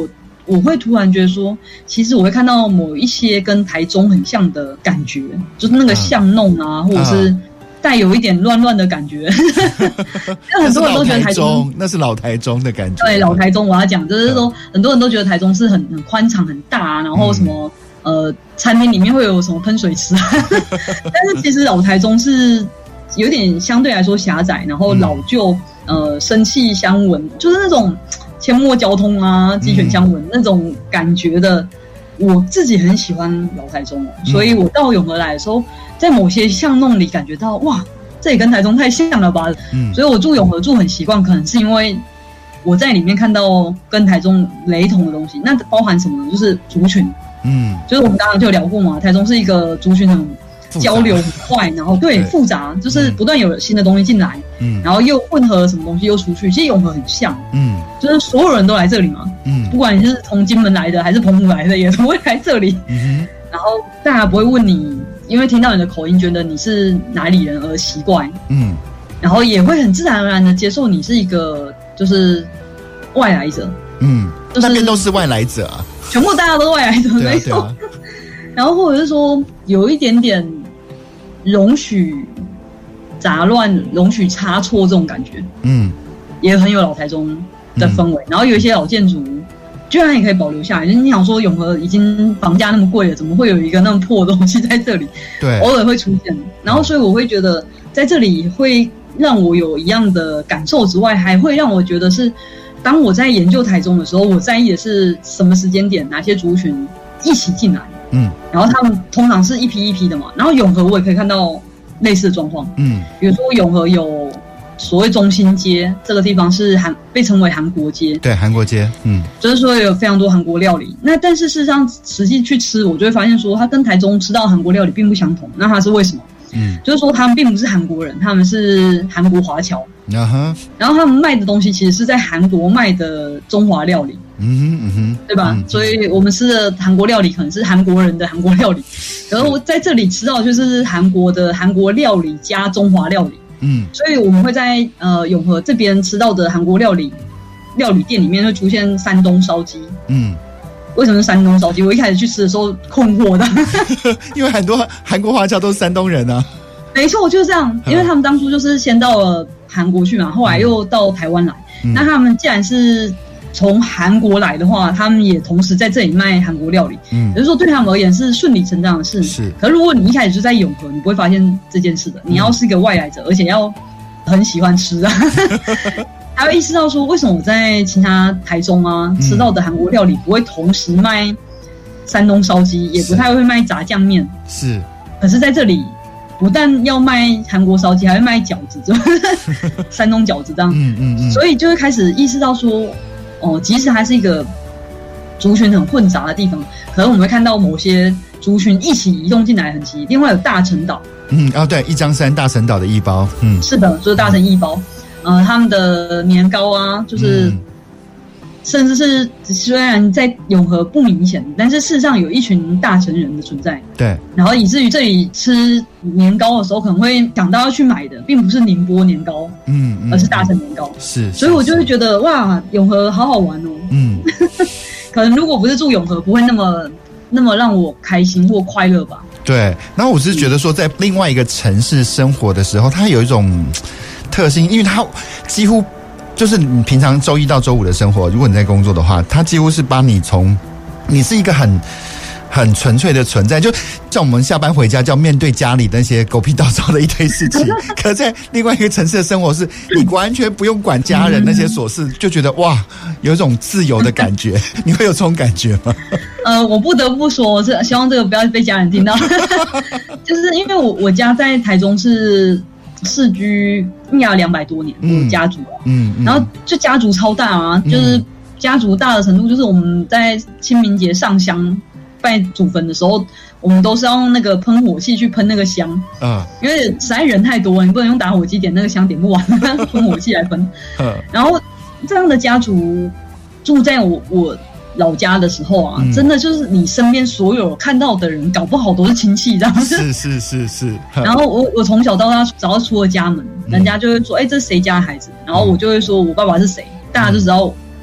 Speaker 3: 我会突然觉得说，其实我会看到某一些跟台中很像的感觉，就是那个巷弄啊，嗯、或者是带有一点乱乱的感觉。很多人都觉得台中
Speaker 2: 那是老台中的感觉。
Speaker 3: 对，老台中我要讲，就是说、嗯、很多人都觉得台中是很很宽敞很大，然后什么、嗯、呃餐厅里面会有什么喷水池，但是其实老台中是有点相对来说狭窄，然后老旧、嗯、呃生气相闻，就是那种阡陌交通啊，鸡犬相闻、嗯、那种感觉的。我自己很喜欢老台中、嗯、所以我到永和来的时候，在某些巷弄里感觉到哇，这里跟台中太像了吧、嗯、所以我住永和住很习惯，可能是因为我在里面看到跟台中雷同的东西。那包含什么呢？就是族群，嗯，就是我们刚刚就聊过嘛，台中是一个族群很交流很快，然后 对, 对复杂，就是不断有新的东西进来，嗯，然后又混合什么东西又出去，其实永和很像，嗯，就是所有人都来这里嘛，嗯，不管你是从金门来的还是澎湖来的，也都会来这里，嗯，然后大家不会问你，因为听到你的口音觉得你是哪里人而奇怪，嗯，然后也会很自然而然的接受你是一个就是外来者，嗯，就是
Speaker 2: 那边都是外来者啊，
Speaker 3: 全部大家都是外来者，
Speaker 2: 对啊对啊，
Speaker 3: 然后或者是说有一点点容许杂乱、容许差错这种感觉，嗯，也很有老台中的氛围。嗯、然后有一些老建筑，居然也可以保留下来。就是你想说，永和已经房价那么贵了，怎么会有一个那么破的东西在这里？
Speaker 2: 对，
Speaker 3: 偶尔会出现。然后，所以我会觉得，在这里会让我有一样的感受之外，还会让我觉得是，当我在研究台中的时候，我在意的是什么时间点，哪些族群一起进来。嗯，然后他们通常是一批一批的嘛，然后永和我也可以看到类似的状况，嗯，比如说永和有所谓中心街这个地方是韩被称为韩国街，
Speaker 2: 对，韩国街，嗯，
Speaker 3: 就是说有非常多韩国料理。那但是事实上实际去吃，我就会发现说，它跟台中吃到韩国料理并不相同。那它是为什么？嗯，就是说他们并不是韩国人，他们是韩国华侨，啊哈，然后他们卖的东西其实是在韩国卖的中华料理。嗯哼嗯哼，对吧？嗯、所以我们吃的韩国料理可能是韩国人的韩国料理，可是我在这里吃到就是韩国的韩国料理加中华料理。嗯，所以我们会在呃永和这边吃到的韩国料理料理店里面会出现山东烧鸡。嗯，为什么是山东烧鸡？我一开始去吃的时候困惑的，
Speaker 2: 因为很多韩国华侨都是山东人啊。
Speaker 3: 没错，就是这样，因为他们当初就是先到了韩国去嘛，后来又到台湾来。嗯、那他们既然是从韩国来的话，他们也同时在这里卖韩国料理，嗯，也就是说对他们而言是顺理成章的事。是，可是如果你一开始就在永和，你不会发现这件事的。你要是一个外来者，而且要很喜欢吃啊，还会意识到说，为什么我在其他台中啊、嗯、吃到的韩国料理不会同时卖山东烧鸡，也不太会卖炸酱面，是，可是在这里不但要卖韩国烧鸡，还会卖饺子，就是山东饺子这样，嗯嗯嗯，所以就会开始意识到说。哦，即使它是一个族群很混杂的地方，可能我们会看到某些族群一起移动进来很齐。另外有大陈岛，
Speaker 2: 嗯，哦对，一张山大陈岛的义包，嗯，
Speaker 3: 是的，就是大陈义包，嗯、呃，他们的年糕啊，就是、嗯、甚至是虽然在永和不明显，但是事实上有一群大陈人的存在，
Speaker 2: 对，
Speaker 3: 然后以至于这里吃年糕的时候，可能会想到要去买的，并不是宁波年糕，嗯，嗯而是大陈年糕，
Speaker 2: 是，
Speaker 3: 所以我就会觉得哇，永和好好玩哦，嗯，可能如果不是住永和，不会那么那么让我开心或快乐吧。
Speaker 2: 对，然后我是觉得说，在另外一个城市生活的时候，它有一种特性，因为它几乎就是你平常周一到周五的生活，如果你在工作的话，它几乎是把你从你是一个很。很纯粹的存在，就像我们下班回家就要面对家里那些狗屁倒灶的一堆事情，可在另外一个城市的生活是你完全不用管家人那些琐事，就觉得哇有一种自由的感觉。你会有这种感觉吗？
Speaker 3: 呃，我不得不说，我是希望这个不要被家人听到。就是因为我我家在台中是世居应该有两百多年，嗯、我家族啊，嗯嗯，然后就家族超大啊，嗯、就是家族大的程度，就是我们在清明节上香。拜祖坟的时候，我们都是要用那个喷火器去喷那个香，嗯，因为实在人太多了，你不能用打火机点那个香，点不完，喷火器来喷。嗯，然后这样的家族住在我我老家的时候啊，嗯、真的就是你身边所有看到的人，搞不好都是亲戚，这样子。
Speaker 2: 是是是是。
Speaker 3: 然后我我从小到大只要出了家门，人家就会说，哎、欸，这是谁家的孩子？然后我就会说我爸爸是谁，大家就知道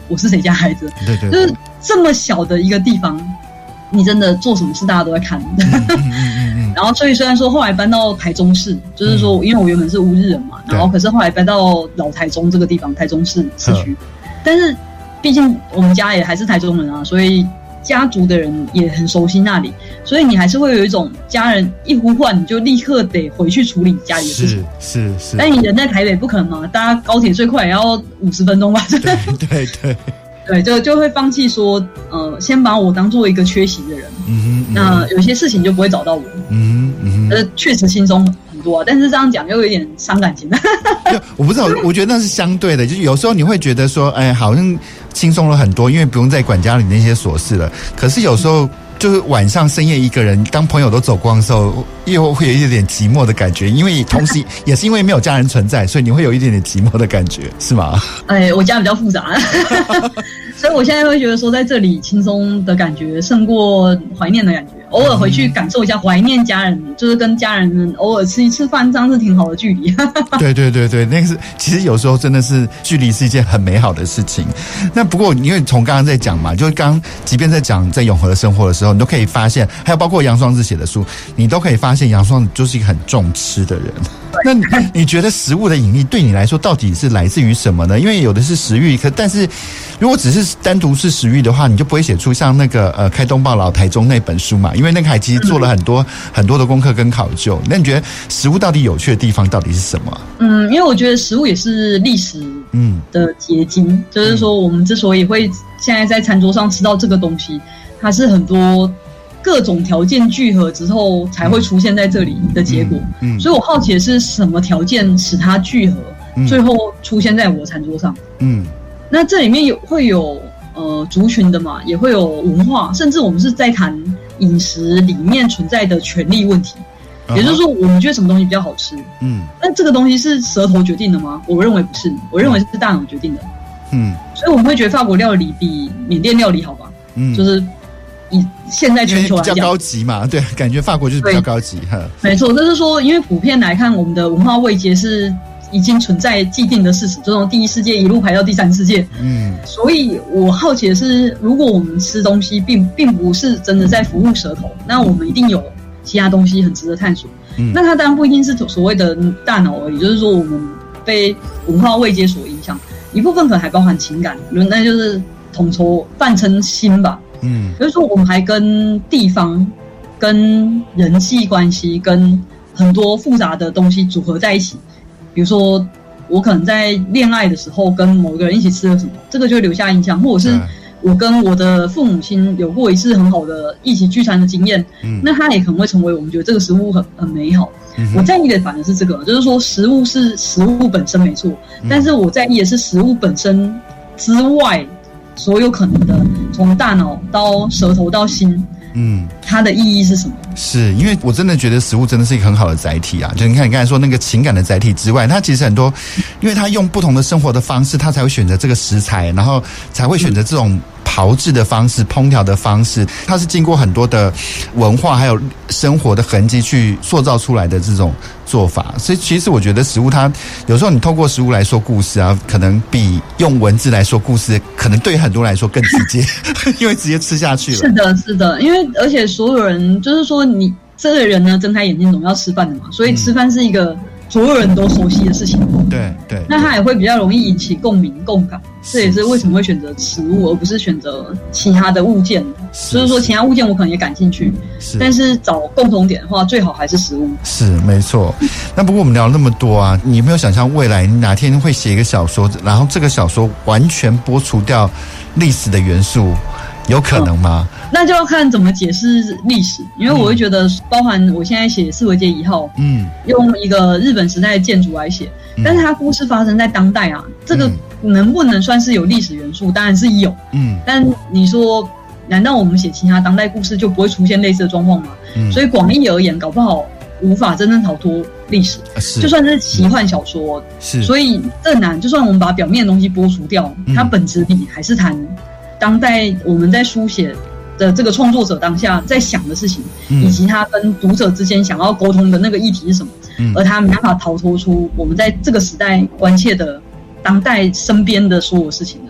Speaker 3: 我是谁家孩子，
Speaker 2: 对对对，
Speaker 3: 就是这么小的一个地方，你真的做什么事大家都在看。嗯嗯嗯嗯、然后所以虽然说后来搬到台中市，就是说、嗯、因为我原本是乌日人嘛，然后可是后来搬到老台中这个地方，台中市市区，但是毕竟我们家也还是台中人啊，所以家族的人也很熟悉那里，所以你还是会有一种家人一呼唤你就立刻得回去处理家里的事情。
Speaker 2: 是是是。
Speaker 3: 但你人在台北不可能嘛，大家高铁最快也要五十分钟吧？
Speaker 2: 对对对。
Speaker 3: 对，就就会放弃说，呃，先把我当做一个缺席的人。嗯哼。那有些事情就不会找到我。嗯嗯。呃，确实轻松很多、啊，但是这样讲又有点伤感情。
Speaker 2: 我不知道，我觉得那是相对的，就是有时候你会觉得说，哎，好像轻松了很多，因为不用再管家里那些琐事了。可是有时候就是晚上深夜一个人，当朋友都走光的时候，又会有一点寂寞的感觉，因为同时也是因为没有家人存在，所以你会有一点点寂寞的感觉，是吗？
Speaker 3: 哎，我家比较复杂，所以我现在会觉得说，在这里轻松的感觉胜过怀念的感觉。偶尔回去感受一下怀念家人，嗯、就是跟家人偶尔吃一次饭，这样是挺好的距离。
Speaker 2: 对对对对，那个是其实有时候真的是距离是一件很美好的事情。那不过因为从刚刚在讲嘛，就是刚即便在讲在永和的生活的时候，你都可以发现，还有包括杨双子写的书，你都可以发现杨双子就是一个很重吃的人。那你, 你觉得食物的引力对你来说到底是来自于什么呢？因为有的是食欲，可但是如果只是单独是食欲的话，你就不会写出像那个呃开东报老台中那本书嘛，因为那个还其实做了很多、嗯、很多的功课跟考究。那你觉得食物到底有趣的地方到底是什么？
Speaker 3: 嗯，因为我觉得食物也是历史嗯的结晶、嗯，就是说我们之所以会现在在餐桌上吃到这个东西，它是很多各种条件聚合之后才会出现在这里的结果，嗯嗯、所以我好奇的是什么条件使它聚合，嗯、最后出现在我的餐桌上。嗯，那这里面有会有呃族群的嘛，也会有文化，甚至我们是在谈饮食里面存在的权利问题。Uh-huh. 也就是说，我们觉得什么东西比较好吃，嗯，那这个东西是舌头决定的吗？我认为不是，我认为是大脑决定的。嗯，所以我们会觉得法国料理比缅甸料理好吧？嗯，就是。以现在全球来讲，
Speaker 2: 比较高级嘛，对，感觉法国就是比较高级哈。
Speaker 3: 没错，就是说，因为普遍来看，我们的文化位阶是已经存在既定的事实，就从第一世界一路排到第三世界。嗯，所以我好奇的是，如果我们吃东西并并不是真的在服务舌头，那我们一定有其他东西很值得探索。嗯，那它当然不一定是所谓的大脑而已，就是说我们被文化位阶所影响，一部分可能还包含情感，那就是统筹泛称心吧。嗯，就是说我们还跟地方、跟人际关系、跟很多复杂的东西组合在一起。比如说，我可能在恋爱的时候跟某个人一起吃了什么，这个就会留下印象；或者是我跟我的父母亲有过一次很好的一起聚餐的经验，嗯，那它也可能会成为我们觉得这个食物很很美好。嗯，我在意的反而是这个，就是说食物是食物本身没错，嗯，但是我在意的是食物本身之外。所有可能的，从大脑到舌头到心，嗯，它的意义是什么？
Speaker 2: 是因为我真的觉得食物真的是一个很好的载体啊！就你看你刚才说那个情感的载体之外，它其实很多，因为它用不同的生活的方式，它才会选择这个食材，然后才会选择这种炮制的方式、烹调的方式，它是经过很多的文化还有生活的痕迹去塑造出来的这种做法。所以其实我觉得食物它有时候你透过食物来说故事啊，可能比用文字来说故事，可能对很多人来说更直接，因为直接吃下去了。
Speaker 3: 是的，是的，因为而且所有人就是说你这个人呢，睁开眼睛总要吃饭的嘛，所以吃饭是一个所有人都熟悉的事情。
Speaker 2: 对对，
Speaker 3: 那它也会比较容易引起共鸣共感，这也是为什么会选择食物而不是选择其他的物件。就是说其他物件我可能也感兴趣，但是找共同点的话，最好还是食物。
Speaker 2: 是没错。那不过我们聊了那么多啊，你有没有想象未来你哪天会写一个小说，然后这个小说完全剥除掉历史的元素？有可能吗？
Speaker 3: 嗯，那就要看怎么解释历史，因为我会觉得，包含我现在写四维街一号，嗯，用一个日本时代的建筑来写，嗯，但是它故事发生在当代啊，这个能不能算是有历史元素？当然是有，嗯，但你说，难道我们写其他当代故事就不会出现类似的状况吗？嗯，所以广义而言，搞不好无法真正逃脱历史，就算是奇幻小说，是，所以这难，就算我们把表面的东西剥除掉，嗯，它本质里还是谈当代我们在书写的这个创作者当下在想的事情，嗯，以及他跟读者之间想要沟通的那个议题是什么，嗯，而他没办法逃脱出我们在这个时代关切的当代身边的所有事情的。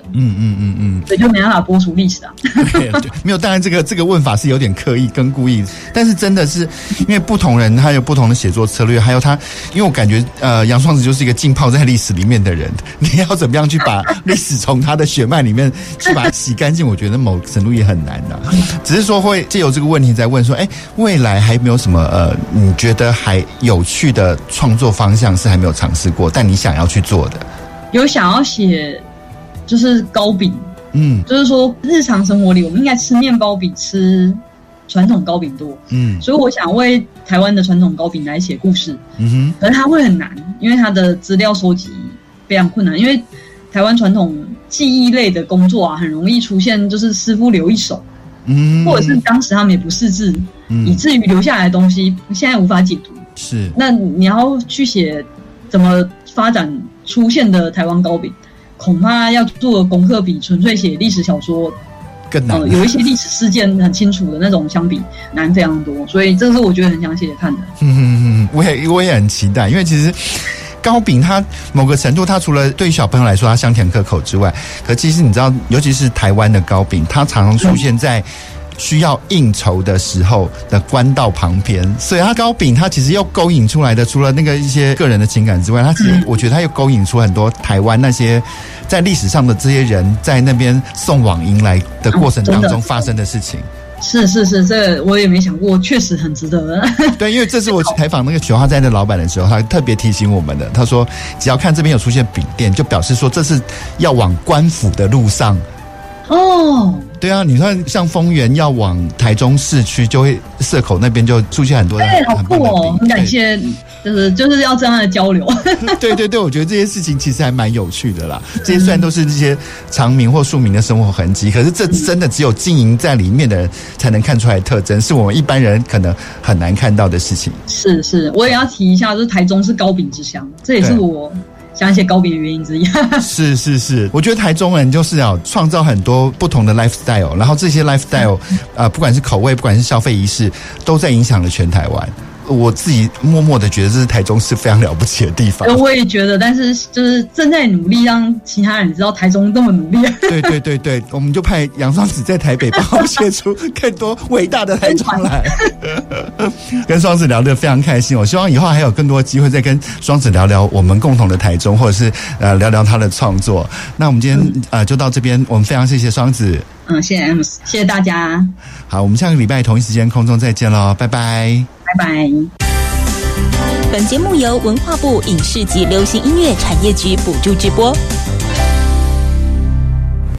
Speaker 2: 嗯嗯嗯嗯，
Speaker 3: 所以就没办法播出历史啊。
Speaker 2: 对，没有，当然这个这个问法是有点刻意跟故意，但是真的是因为不同人他有不同的写作策略，还有他，因为我感觉呃杨双子就是一个浸泡在历史里面的人，你要怎么样去把历史从他的血脉里面去把它洗干净，我觉得某程度也很难的、啊。只是说会借由这个问题在问说，哎，未来还没有什么呃你觉得还有趣的创作方向是还没有尝试过，但你想要去做的？
Speaker 3: 有想要写就是糕饼。
Speaker 2: 嗯，
Speaker 3: 就是说日常生活里我们应该吃面包比吃传统糕饼多，嗯，所以我想为台湾的传统糕饼来写故事，嗯哼，可是它会很难，因为它的资料收集非常困难，因为台湾传统技艺类的工作啊，很容易出现就是师傅留一手，嗯，或者是当时他们也不识字，嗯，以至于留下来的东西现在无法解读，
Speaker 2: 是，
Speaker 3: 那你要去写怎么发展出现的台湾糕饼，恐怕要做的功课比纯粹写历史小说
Speaker 2: 更难、呃，
Speaker 3: 有一些历史事件很清楚的那种相比难非常多，所以这是我觉得很想写写看的。
Speaker 2: 嗯嗯嗯，我也我也很期待，因为其实糕饼它某个程度，它除了对于小朋友来说它香甜可口之外，可其实你知道，尤其是台湾的糕饼，它常常出现在需要应酬的时候的官道旁边，所以它糕饼它其实又勾引出来的，除了那个一些个人的情感之外，它其实我觉得它又勾引出很多台湾那些在历史上的这些人在那边送往迎来的过程当中发生的事情。
Speaker 3: 是是是，这个我也没想过，确实很值得。
Speaker 2: 对，因为这是我采访那个雪花斋的老板的时候，他特别提醒我们的，他说只要看这边有出现饼店，就表示说这是要往官府的路上。
Speaker 3: 哦，
Speaker 2: 对啊，你看像丰原要往台中市区，就会社口那边就出现很多人，
Speaker 3: 哎，好酷哦，很感谢，就是就是要这样的交流。
Speaker 2: 对对对，我觉得这些事情其实还蛮有趣的啦。这些虽然都是这些常民或庶民的生活痕迹，可是这真的只有经营在里面的人才能看出来的特征，是我们一般人可能很难看到的事情。
Speaker 3: 是是，我也要提一下，就是台中是糕饼之乡，这也是我想写糕饼的原因之一。
Speaker 2: 是是是，我觉得台中人就是要创造很多不同的 lifestyle， 然后这些 lifestyle， 呃，不管是口味，不管是消费仪式，都在影响了全台湾。我自己默默的觉得这是台中市非常了不起的地方。
Speaker 3: 我也觉得，但是就是正在努力让其他人知道台中这么努力。
Speaker 2: 对对对对，我们就派杨双子在台北帮我写出更多伟大的台中来。跟双子聊得非常开心，我希望以后还有更多机会再跟双子聊聊我们共同的台中，或者是呃聊聊他的创作。那我们今天、嗯、呃就到这边，我们非常谢谢双子。
Speaker 3: 嗯，谢谢 M， 谢谢大家。
Speaker 2: 好，我们下个礼拜同一时间空中再见咯，拜拜。
Speaker 3: 拜拜。
Speaker 1: 本节目由文化部影视及流行音乐产业局补助直播。